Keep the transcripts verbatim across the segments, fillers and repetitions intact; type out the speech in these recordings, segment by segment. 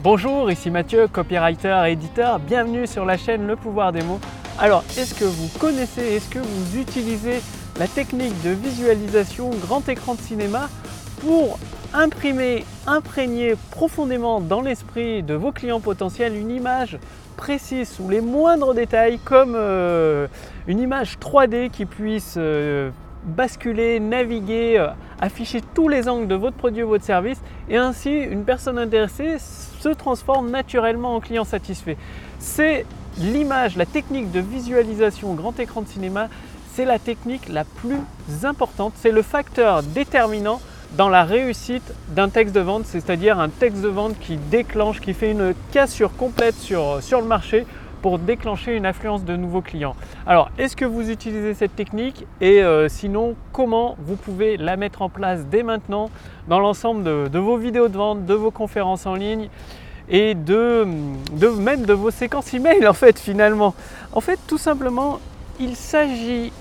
Bonjour, ici Mathieu, copywriter et éditeur. Bienvenue sur la chaîne Le Pouvoir des mots. Alors, est-ce que vous connaissez, est-ce que vous utilisez la technique de visualisation grand écran de cinéma pour imprimer, imprégner profondément dans l'esprit de vos clients potentiels une image précise sous les moindres détails, comme euh, une image trois D qui puisse euh, basculer, naviguer, euh, afficher tous les angles de votre produit ou votre service, et ainsi une personne intéressée se transforme naturellement en client satisfait. C'est l'image, la technique de visualisation grand écran de cinéma, c'est la technique la plus importante, c'est le facteur déterminant dans la réussite d'un texte de vente, c'est-à-dire un texte de vente qui déclenche, qui fait une cassure complète sur, sur le marché pour déclencher une affluence de nouveaux clients. Alors, est-ce que vous utilisez cette technique et euh, sinon, comment vous pouvez la mettre en place dès maintenant dans l'ensemble de, de vos vidéos de vente, de vos conférences en ligne et de, de même de vos séquences email en fait finalement. En fait, tout simplement, il s'agit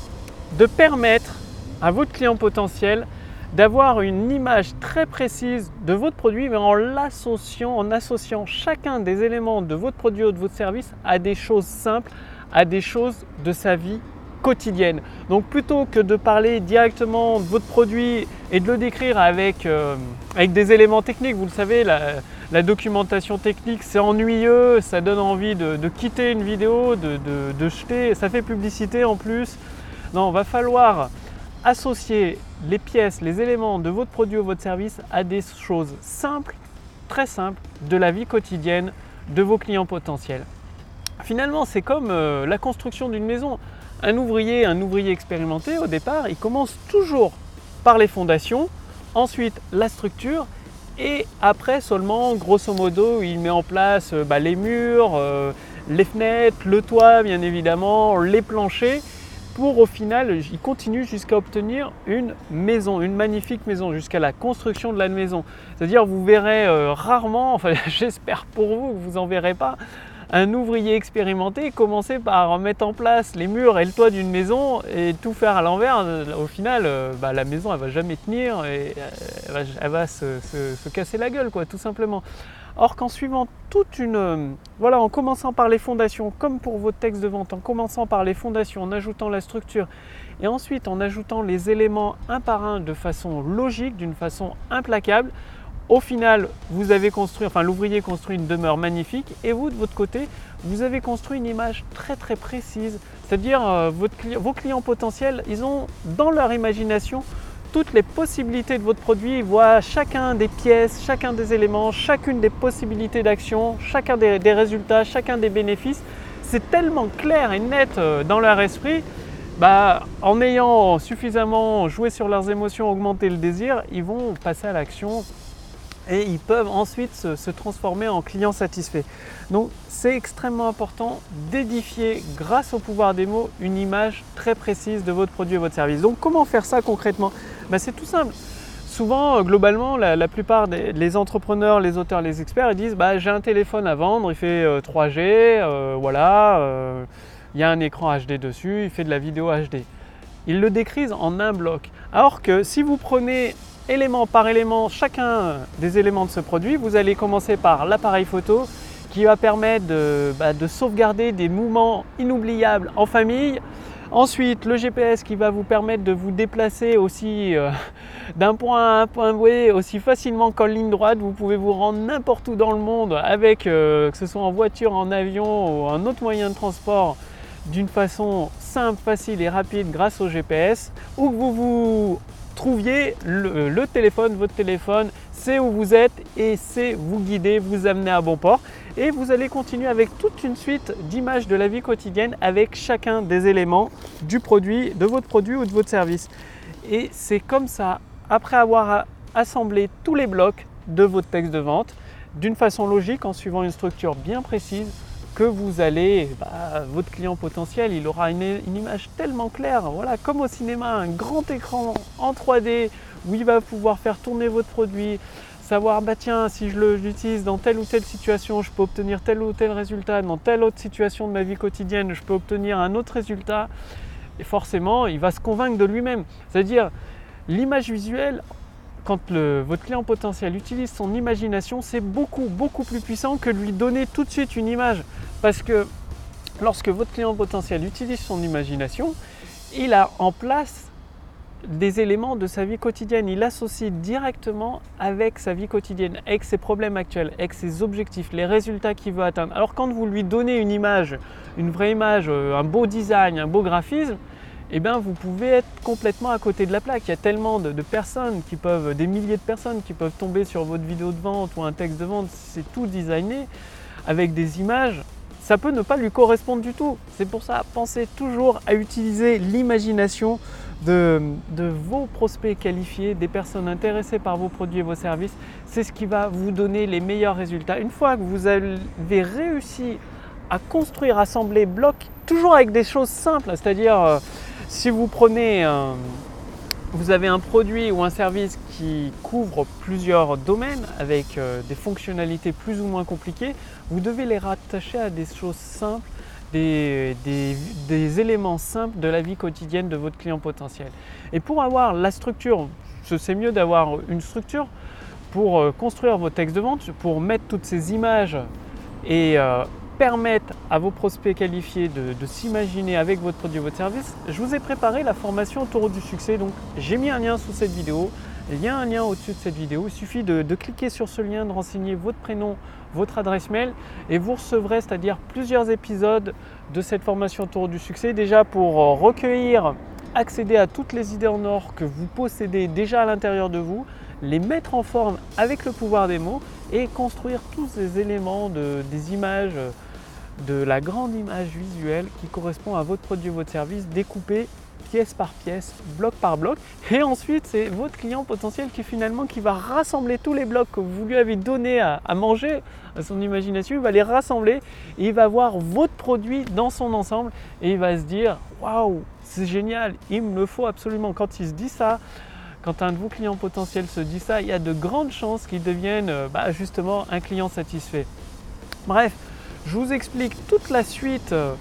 de permettre à votre client potentiel d'avoir une image très précise de votre produit, mais en l'associant, en associant chacun des éléments de votre produit ou de votre service à des choses simples, à des choses de sa vie quotidienne. Donc plutôt que de parler directement de votre produit et de le décrire avec, euh, avec des éléments techniques, vous le savez, la, la documentation technique c'est ennuyeux, ça donne envie de, de quitter une vidéo, de, de, de jeter, ça fait publicité en plus. Non, il va falloir associer les pièces, les éléments de votre produit ou votre service à des choses simples, très simples, de la vie quotidienne de vos clients potentiels. Finalement, c'est comme euh, la construction d'une maison. Un ouvrier, un ouvrier expérimenté, au départ, il commence toujours par les fondations, ensuite la structure, et après seulement, grosso modo, il met en place euh, bah, les murs, euh, les fenêtres, le toit, bien évidemment, les planchers, pour au final, il continue jusqu'à obtenir une maison, une magnifique maison, jusqu'à la construction de la maison. C'est-à-dire, vous verrez euh, rarement, enfin j'espère pour vous que vous n'en verrez pas, un ouvrier expérimenté commencer par mettre en place les murs et le toit d'une maison et tout faire à l'envers. Au final, euh, bah, la maison elle va jamais tenir et elle va, elle va se, se, se casser la gueule, quoi, tout simplement. Or qu'en suivant toute une, euh, voilà, en commençant par les fondations, comme pour votre texte de vente, en commençant par les fondations, en ajoutant la structure et ensuite en ajoutant les éléments un par un de façon logique, d'une façon implacable, au final, vous avez construit, enfin l'ouvrier construit une demeure magnifique et vous, de votre côté, vous avez construit une image très très précise. C'est-à-dire, euh, votre, vos clients potentiels, ils ont dans leur imagination toutes les possibilités de votre produit, ils voient chacun des pièces, chacun des éléments, chacune des possibilités d'action, chacun des, des résultats, chacun des bénéfices. C'est tellement clair et net euh, dans leur esprit. Bah, en ayant suffisamment joué sur leurs émotions, augmenté le désir, ils vont passer à l'action et ils peuvent ensuite se, se transformer en clients satisfaits. Donc c'est extrêmement important d'édifier grâce au pouvoir des mots une image très précise de votre produit et votre service. Donc comment faire ça concrètement? Ben, c'est tout simple. Souvent, globalement, la, la plupart des les entrepreneurs, les auteurs, les experts, ils disent bah, j'ai un téléphone à vendre, il fait euh, trois G, euh, voilà, euh, il y a un écran H D dessus, il fait de la vidéo H D. Ils le décrivent en un bloc. Alors que si vous prenez élément par élément chacun des éléments de ce produit, vous allez commencer par l'appareil photo qui va permettre de, bah, de sauvegarder des moments inoubliables en famille. Ensuite, le G P S qui va vous permettre de vous déplacer aussi euh, d'un point A à un point B aussi facilement qu'en ligne droite. Vous pouvez vous rendre n'importe où dans le monde avec, euh, que ce soit en voiture, en avion ou un autre moyen de transport, d'une façon simple, facile et rapide grâce au G P S. Où que vous vous trouviez, le, le téléphone, votre téléphone, c'est où vous êtes et c'est vous guider, vous amener à bon port. Et vous allez continuer avec toute une suite d'images de la vie quotidienne avec chacun des éléments du produit, de votre produit ou de votre service. Et c'est comme ça, après avoir assemblé tous les blocs de votre texte de vente, d'une façon logique, en suivant une structure bien précise, que vous allez, bah, votre client potentiel, il aura une, une image tellement claire, voilà, comme au cinéma, un grand écran en trois D où il va pouvoir faire tourner votre produit, savoir, bah tiens, si je l'utilise dans telle ou telle situation, je peux obtenir tel ou tel résultat, dans telle autre situation de ma vie quotidienne, je peux obtenir un autre résultat, et forcément, il va se convaincre de lui-même. C'est-à-dire, l'image visuelle, quand le, votre client potentiel utilise son imagination, c'est beaucoup, beaucoup plus puissant que lui donner tout de suite une image. Parce que lorsque votre client potentiel utilise son imagination, il a en place des éléments de sa vie quotidienne. Il associe directement avec sa vie quotidienne, avec ses problèmes actuels, avec ses objectifs, les résultats qu'il veut atteindre. Alors quand vous lui donnez une image, une vraie image, un beau design, un beau graphisme, eh bien vous pouvez être complètement à côté de la plaque. Il y a tellement de, de personnes qui peuvent, des milliers de personnes qui peuvent tomber sur votre vidéo de vente ou un texte de vente, c'est tout designé avec des images. Ça peut ne pas lui correspondre du tout. C'est pour ça, pensez toujours à utiliser l'imagination de, de vos prospects qualifiés, des personnes intéressées par vos produits et vos services. C'est ce qui va vous donner les meilleurs résultats. Une fois que vous avez réussi à construire, assembler, bloc, toujours avec des choses simples, c'est-à-dire euh, si vous prenez un, vous avez un produit ou un service qui couvre plusieurs domaines avec euh, des fonctionnalités plus ou moins compliquées, vous devez les rattacher à des choses simples, des, des, des éléments simples de la vie quotidienne de votre client potentiel. Et pour avoir la structure, c'est mieux d'avoir une structure pour euh, construire vos textes de vente, pour mettre toutes ces images et euh, permettre à vos prospects qualifiés de, de s'imaginer avec votre produit et votre service. Je vous ai préparé la formation Taureau du succès, donc j'ai mis un lien sous cette vidéo, il y a un lien au-dessus de cette vidéo, il suffit de, de cliquer sur ce lien, de renseigner votre prénom, votre adresse mail et vous recevrez, c'est-à-dire plusieurs épisodes de cette formation Taureau du succès, déjà pour recueillir, accéder à toutes les idées en or que vous possédez déjà à l'intérieur de vous, les mettre en forme avec le pouvoir des mots et construire tous ces éléments, de, des images, de la grande image visuelle qui correspond à votre produit ou votre service, découpé pièce par pièce, bloc par bloc. Et ensuite, c'est votre client potentiel qui finalement qui va rassembler tous les blocs que vous lui avez donné à, à manger à son imagination. Il va les rassembler et il va voir votre produit dans son ensemble et il va se dire « Waouh, c'est génial, il me le faut absolument ». Quand il se dit ça, quand un de vos clients potentiels se dit ça, il y a de grandes chances qu'il devienne bah, justement un client satisfait. Bref, je vous explique toute la suite euh,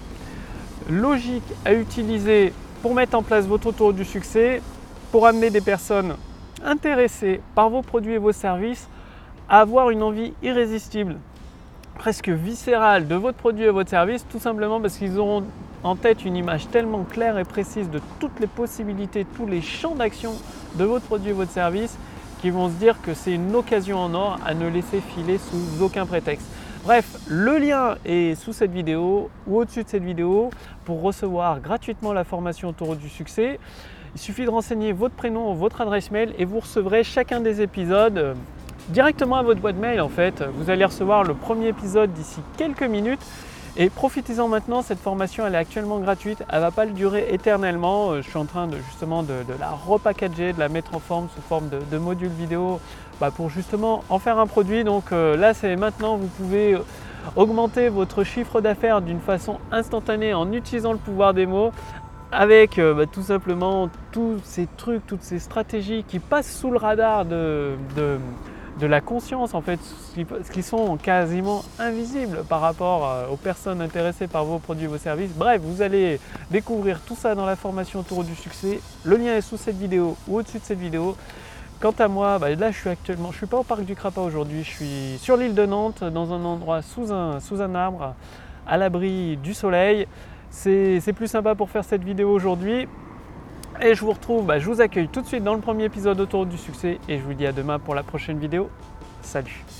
logique à utiliser pour mettre en place votre Taureau du succès, pour amener des personnes intéressées par vos produits et vos services à avoir une envie irrésistible, presque viscérale de votre produit et votre service, tout simplement parce qu'ils auront en tête une image tellement claire et précise de toutes les possibilités, tous les champs d'action de votre produit et votre service, qu'ils vont se dire que c'est une occasion en or à ne laisser filer sous aucun prétexte. Bref, le lien est sous cette vidéo ou au-dessus de cette vidéo pour recevoir gratuitement la formation Taureau du succès. Il suffit de renseigner votre prénom, votre adresse mail et vous recevrez chacun des épisodes directement à votre boîte mail en fait. Vous allez recevoir le premier épisode d'ici quelques minutes et profitez-en maintenant, cette formation elle est actuellement gratuite, elle ne va pas le durer éternellement. Je suis en train de justement de, de la repackager, de la mettre en forme sous forme de, de module vidéo bah, pour justement en faire un produit. Donc euh, là c'est maintenant, vous pouvez augmenter votre chiffre d'affaires d'une façon instantanée en utilisant le pouvoir des mots avec euh, bah, tout simplement tous ces trucs, toutes ces stratégies qui passent sous le radar de, de de la conscience en fait, ce qui sont quasiment invisibles par rapport aux personnes intéressées par vos produits et vos services. Bref, vous allez découvrir tout ça dans la formation Taureau du succès. Le lien est sous cette vidéo ou au-dessus de cette vidéo. Quant à moi, bah là je suis actuellement, je ne suis pas au parc du Crapa aujourd'hui, je suis sur l'île de Nantes, dans un endroit sous un, sous un arbre, à l'abri du soleil. C'est plus sympa pour faire cette vidéo aujourd'hui. Et je vous retrouve, bah, je vous accueille tout de suite dans le premier épisode de Taureau du succès et je vous dis à demain pour la prochaine vidéo. Salut!